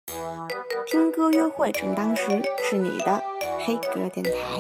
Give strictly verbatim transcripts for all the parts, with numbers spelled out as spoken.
听歌约会正当时，是你的黑格电台。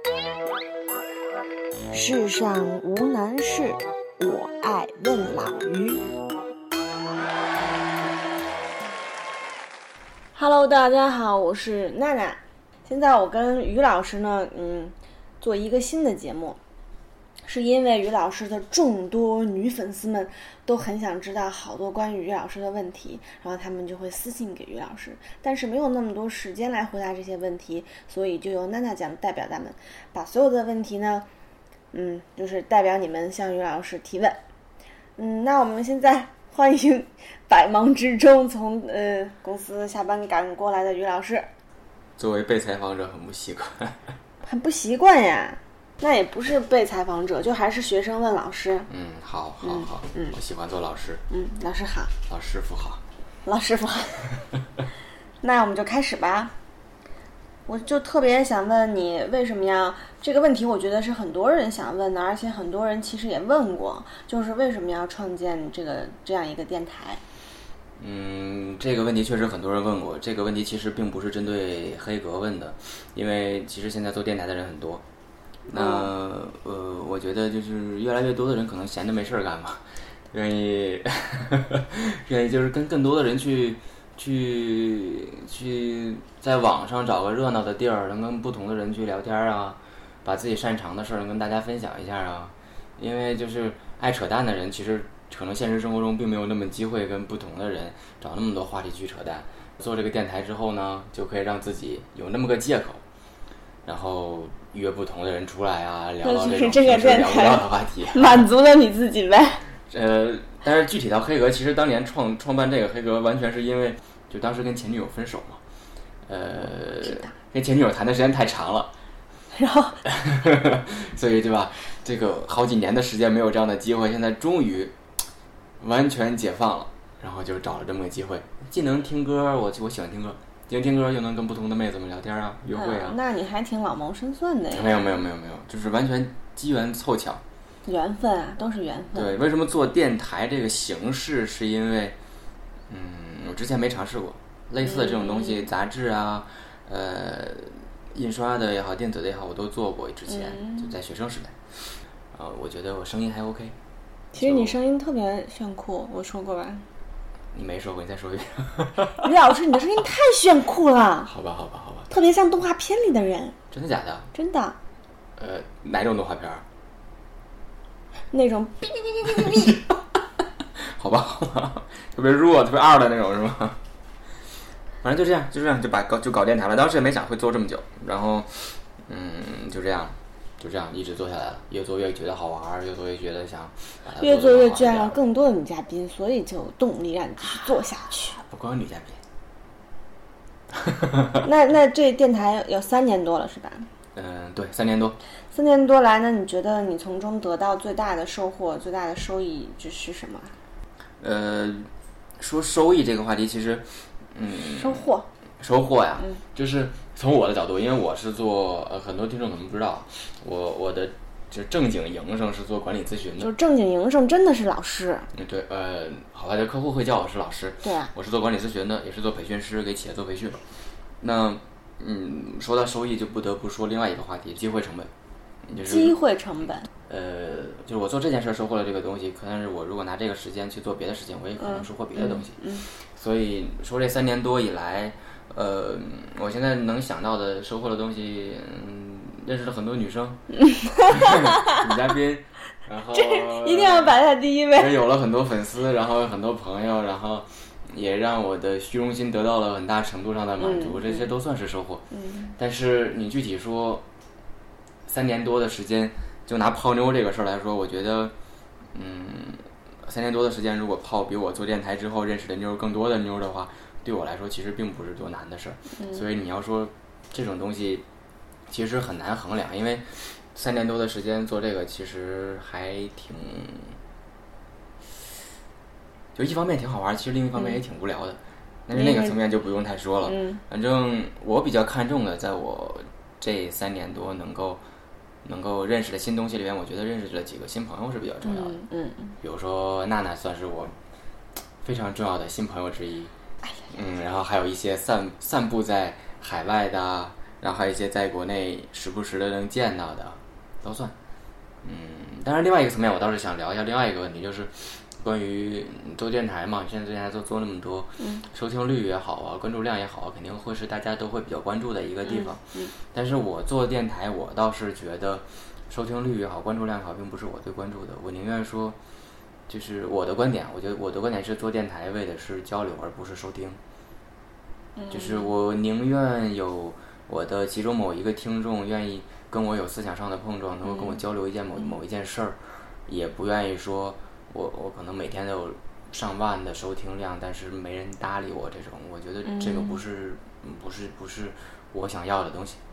世上无难事，我爱问老于。Hello， 大家好，我是娜娜。现在我跟于老师呢，嗯，做一个新的节目，是因为于老师的众多女粉丝们都很想知道好多关于于老师的问题，然后他们就会私信给于老师，但是没有那么多时间来回答这些问题，所以就由娜娜讲代表他们，把所有的问题呢，嗯，就是代表你们向于老师提问。嗯，那我们现在欢迎百忙之中从呃公司下班赶过来的于老师。 作为被采访者很不习惯。 很不习惯呀。那也不是被采访者，就还是学生问老师。 嗯，好好好，嗯，我喜欢做老师。 嗯，老师好。 老师傅好。 老师傅好。那我们就开始吧。我就特别想问你，为什么要这个问题？我觉得是很多人想问的，而且很多人其实也问过，就是为什么要创建这个这样一个电台？ 嗯，这个问题确实很多人问过。这个问题其实并不是针对黑格问的，因为其实现在做电台的人很多。那呃，我觉得就是越来越多的人可能闲着没事儿干嘛，愿意愿意就是跟更多的人去去去在网上找个热闹的地儿，能跟不同的人去聊天啊，把自己擅长的事儿跟大家分享一下啊。因为就是爱扯淡的人，其实可能现实生活中并没有那么机会跟不同的人找那么多话题去扯淡。做这个电台之后呢，就可以让自己有那么个借口，然后约不同的人出来啊，聊聊这种这个电聊不到的话题， 满足了你自己呗。 呃，但是具体到黑格，其实当年创创办这个黑格，完全是因为就当时跟前女友分手嘛，呃，跟前女友谈的时间太长了， 然后， 所以对吧？这个好几年的时间没有这样的机会，现在终于完全解放了，然后就找了这么个机会，既能听歌，我我喜欢听歌。听听歌又能跟不同的妹子们聊天啊，约会啊、 嗯、那你还挺老谋深算的呀。 没有没有没有没有，就是完全机缘凑巧， 缘分啊，都是缘分。 对，为什么做电台这个形式，是因为嗯我之前没尝试过类似的这种东西、嗯、杂志啊，呃印刷的也好，电子的也好，我都做过。之前、嗯、就在学生时代，呃我觉得我声音还 OK。 其实你声音特别炫酷，我说过吧？ 你没说过，你再说一遍。 于老师，你的声音太炫酷了。 好吧，好吧，好吧。 特别像动画片里的人。 真的假的？ 真的。 呃，哪种动画片？ 那种哔哔哔哔哔哔。 好吧，好吧，特别弱、特别二的那种是吗？反正就这样，就这样，就把搞就搞电台了。当时也没想会做这么久，然后，嗯，就这样。就这样一直做下来了，越做越觉得好玩，越做越觉得想把它越做越卷了更多的女嘉宾，所以就有动力让你继续做下去。 不光女嘉宾。那那这电台有三年多了是吧？ 嗯，对，三年多。 三年多来呢，你觉得你从中得到最大的收获、最大的收益这是什么？ 呃，说收益这个话题，其实，嗯， 收获。 收获呀， 嗯， 就是从我的角度，因为我是做呃，很多听众可能不知道，我我的就正经营生是做管理咨询的， 就是正经营生真的是老师。 对，呃，好吧，这客户会叫我是老师， 对啊， 我是做管理咨询的，也是做培训师，给企业做培训。那嗯，说到收益，就不得不说另外一个话题，机会成本。就是、 机会成本。 呃，就是我做这件事收获了这个东西，可能是我如果拿这个时间去做别的事情，我也可能收获别的东西。 嗯，嗯嗯所以说这三年多以来。呃，我现在能想到的收获的东西，嗯，认识了很多女生，女嘉宾，然后一定要摆在第一位。 也有了很多粉丝，然后有很多朋友，然后也让我的虚荣心得到了很大程度上的满足， 嗯、 这些都算是收获。 嗯， 但是你具体说，三年多的时间，就拿泡妞这个事儿来说，我觉得，嗯，三年多的时间，如果泡比我做电台之后认识的妞更多的妞的话。对我来说其实并不是多难的事儿、 嗯、 所以你要说这种东西其实很难衡量，因为三年多的时间做这个其实还挺就一方面挺好玩，其实另一方面也挺无聊的、嗯、但是那个层面就不用太说了、 嗯、 反正我比较看重的在我这三年多能够能够认识的新东西里面，我觉得认识了几个新朋友是比较重要的。 嗯嗯， 比如说娜娜算是我非常重要的新朋友之一。 嗯，然后还有一些散散布在海外的，然后还有一些在国内时不时的能见到的，都算。嗯，当然另外一个层面，我倒是想聊一下另外一个问题，就是关于做电台嘛，现在做电台都做那么多， 嗯， 收听率也好啊，关注量也好啊，肯定会是大家都会比较关注的一个地方。 嗯，嗯但是我做电台，我倒是觉得收听率也好，关注量也好，并不是我最关注的。我宁愿说，就是我的观点，我觉得我的观点是做电台为的是交流，而不是收听。 嗯， 就是我宁愿有我的其中某一个听众愿意跟我有思想上的碰撞，能够跟我交流一件某、 嗯、 某一件事儿，也不愿意说我我可能每天都有上万的收听量，但是没人搭理我这种，我觉得这个不是、嗯、不是不是我想要的东西。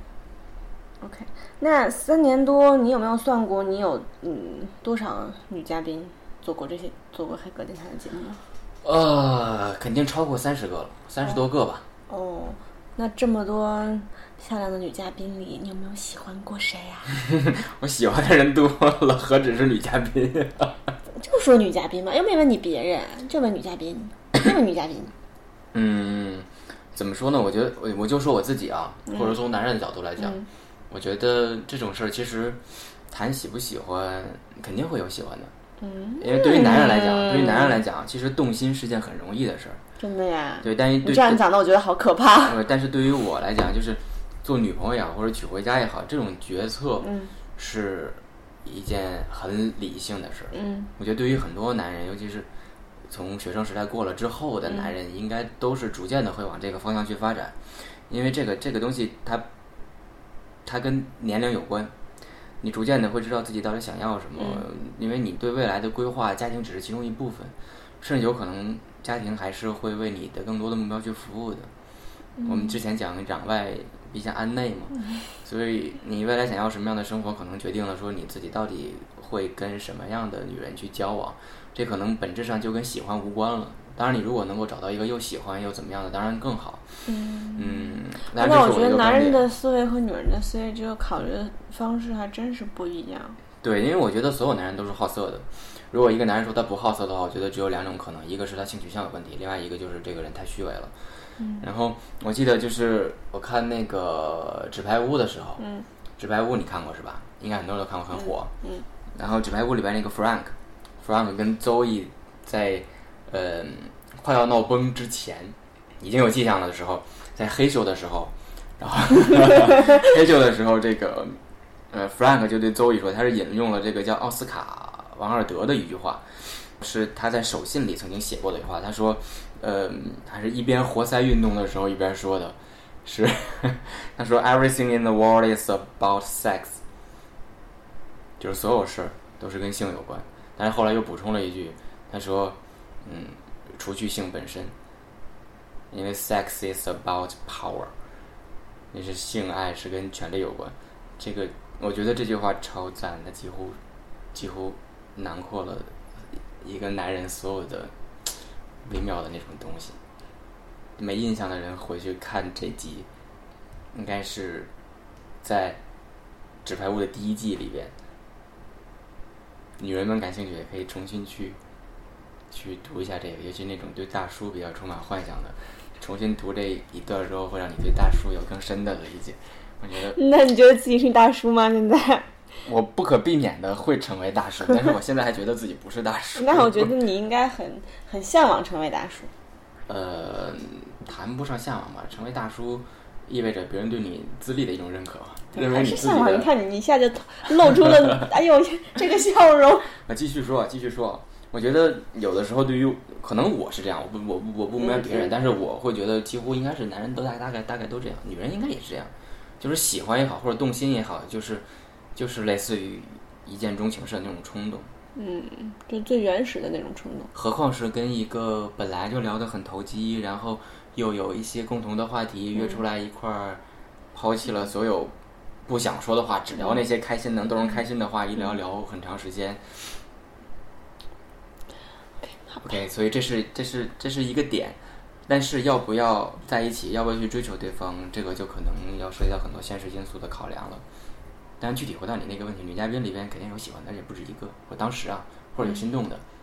OK， 那三年多，你有没有算过你有嗯多少女嘉宾做过这些做过黑格电台的节目呢？ 呃，肯定超过三十个了，三十多个吧。 哦， oh, 那这么多漂亮的女嘉宾里，你有没有喜欢过谁呀、啊？ 我喜欢的人多了，何止是女嘉宾？ 就说女嘉宾嘛，又没问你别人，就问女嘉宾，就问女嘉宾。 嗯，怎么说呢？我觉得我我就说我自己啊，或者从男人的角度来讲， 嗯、 我觉得这种事儿其实谈喜不喜欢，肯定会有喜欢的。 嗯， 因为对于男人来讲，嗯、对于男人来讲，其实动心是件很容易的事儿。 真的呀？ 对，但是对你这样讲的，我觉得好可怕。 但是对于我来讲，就是做女朋友也好，或者娶回家也好，这种决策是一件很理性的事儿。 嗯， 我觉得对于很多男人，尤其是从学生时代过了之后的男人，应该都是逐渐的会往这个方向去发展，因为这个这个东西它它跟年龄有关。你逐渐的会知道自己到底想要什么， 嗯、 因为你对未来的规划，家庭只是其中一部分，甚至有可能家庭还是会为你的更多的目标去服务的。嗯、我们之前讲攘外必先安内嘛， 嗯、 所以你未来想要什么样的生活，可能决定了说你自己到底会跟什么样的女人去交往，这可能本质上就跟喜欢无关了。当然，你如果能够找到一个又喜欢又怎么样的，当然更好。 嗯嗯， 那我觉得男人的思维和女人的思维，这个考虑的方式还真是不一样。 对，因为我觉得所有男人都是好色的。如果一个男人说他不好色的话，我觉得只有两种可能，一个是他性取向有问题，另外一个就是这个人太虚伪了。 嗯。 然后我记得就是我看那个《纸牌屋》的时候， 嗯， 《纸牌屋》你看过是吧？应该很多人都看过，很火。 嗯。嗯然后《纸牌屋》里边那个 Frank，Frank 跟 Zoe 在呃快要闹崩之前，已经有迹象了的时候，在黑秀的时候，然后黑秀的时候，这个呃 Frank 就对 Zoe 说，他是引用了这个叫奥斯卡王尔德的一句话，是他在手信里曾经写过的一句话。他说，呃，还是一边活塞运动的时候一边说的，是他说 Everything in the world is about sex， 就是所有事儿都是跟性有关。但是后来又补充了一句，他说，嗯，除去性本身，因为 sex is about power， 那是性爱是跟权力有关。这个我觉得这句话超赞，它几乎几乎囊括了一个男人所有的微妙的那种东西。没印象的人回去看这集，应该是在《纸牌屋》的第一季里边。女人们感兴趣也可以重新去去读一下这个，尤其那种对大叔比较充满幻想的，重新读这一段之后，会让你对大叔有更深的理解。我觉得， 那你觉得自己是大叔吗？现在？ 我不可避免的会成为大叔，但是我现在还觉得自己不是大叔。 那我觉得你应该很很向往成为大叔。 呃，谈不上向往吧，成为大叔意味着别人对你资历的一种认可，认为你自己的。 向往，你看你一下就露出了，哎呦，这个笑容。 那继续说，继续说。我觉得有的时候对于可能我是这样，我不我不我不明白别人， 嗯、 但是我会觉得几乎应该是男人都大大概大概都这样，女人应该也是这样，就是喜欢也好或者动心也好，就是就是类似于一见钟情式的那种冲动。 嗯，就最原始的那种冲动。 何况是跟一个本来就聊得很投机，然后又有一些共同的话题，约出来一块儿，抛弃了所有不想说的话，只聊那些开心能逗人开心的话，一聊聊很长时间。OK， 所以这是这是这是一个点，但是要不要在一起，要不要去追求对方，这个就可能要涉及到很多现实因素的考量了。但具体回到你那个问题，女嘉宾里边肯定有喜欢的人不止一个，我当时啊，或者有心动的，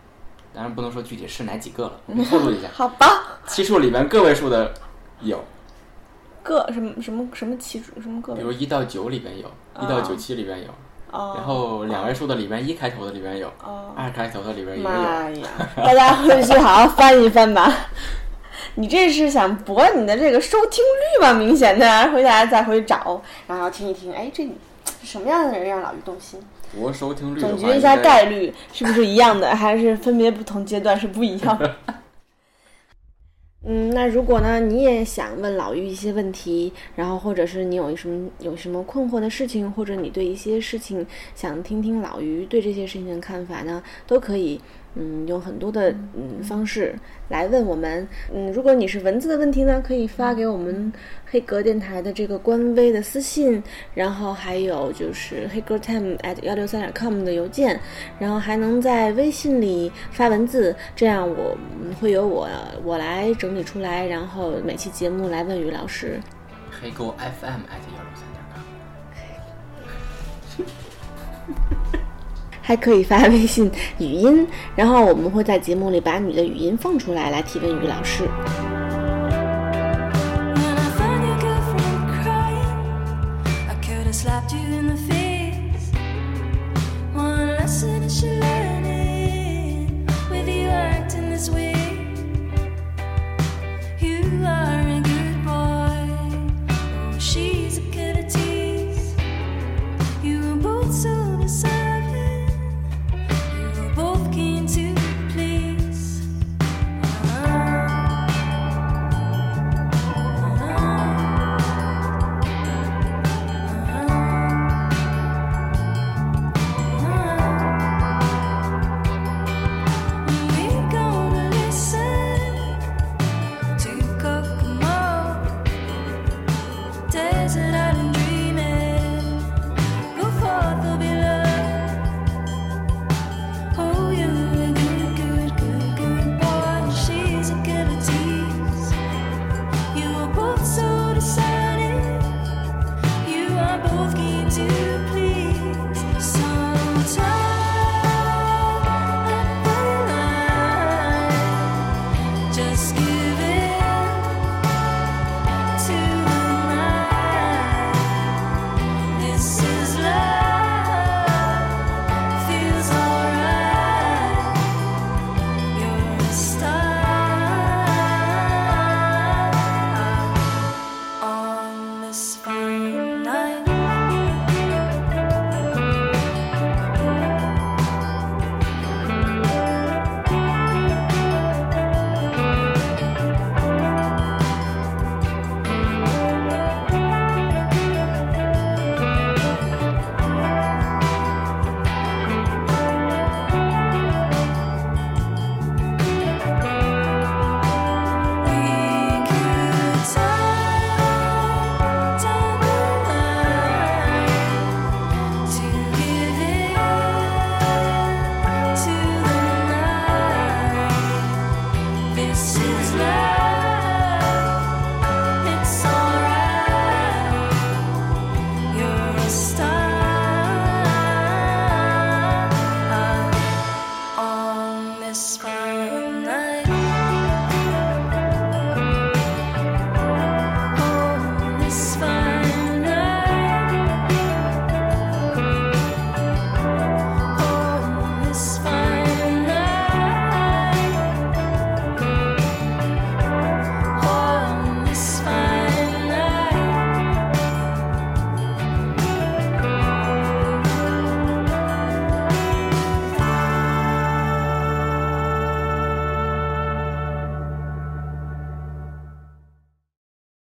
当然不能说具体是哪几个了，我透露一下。 好吧。 期数里边个位数的有。 个什么什么什么期数什么个位？ 比如一到九里边有，一、哦、到九七里边有。 哦。 然后两位数的里边，一、哦、开头的里边有， 哦。 二开头的里边也有。 妈呀！大家回去好好翻一翻吧。你这是想博你的这个收听率吧？明显的，回家再回找，然后听一听，哎，这什么样的人让老于动心？ 博收听率， 总结一下概率是不是一样的，还是分别不同阶段是不一样的？嗯，那如果呢，你也想问老于一些问题，然后或者是你有什么有什么困惑的事情，或者你对一些事情想听听老于对这些事情的看法呢，都可以。嗯，有很多的嗯方式来问我们。嗯，如果你是文字的问题呢，可以发给我们黑格电台的这个官微的私信，然后还有就是黑格 time at 一六三点 com 的邮件，然后还能在微信里发文字，这样我会由我我来整理出来，然后每期节目来问于老师。 黑格 F M at 一六三点 com。 还可以发微信语音，然后我们会在节目里把你的语音放出来，来提问于老师。 When I found your girlfriend crying, I could have slapped you in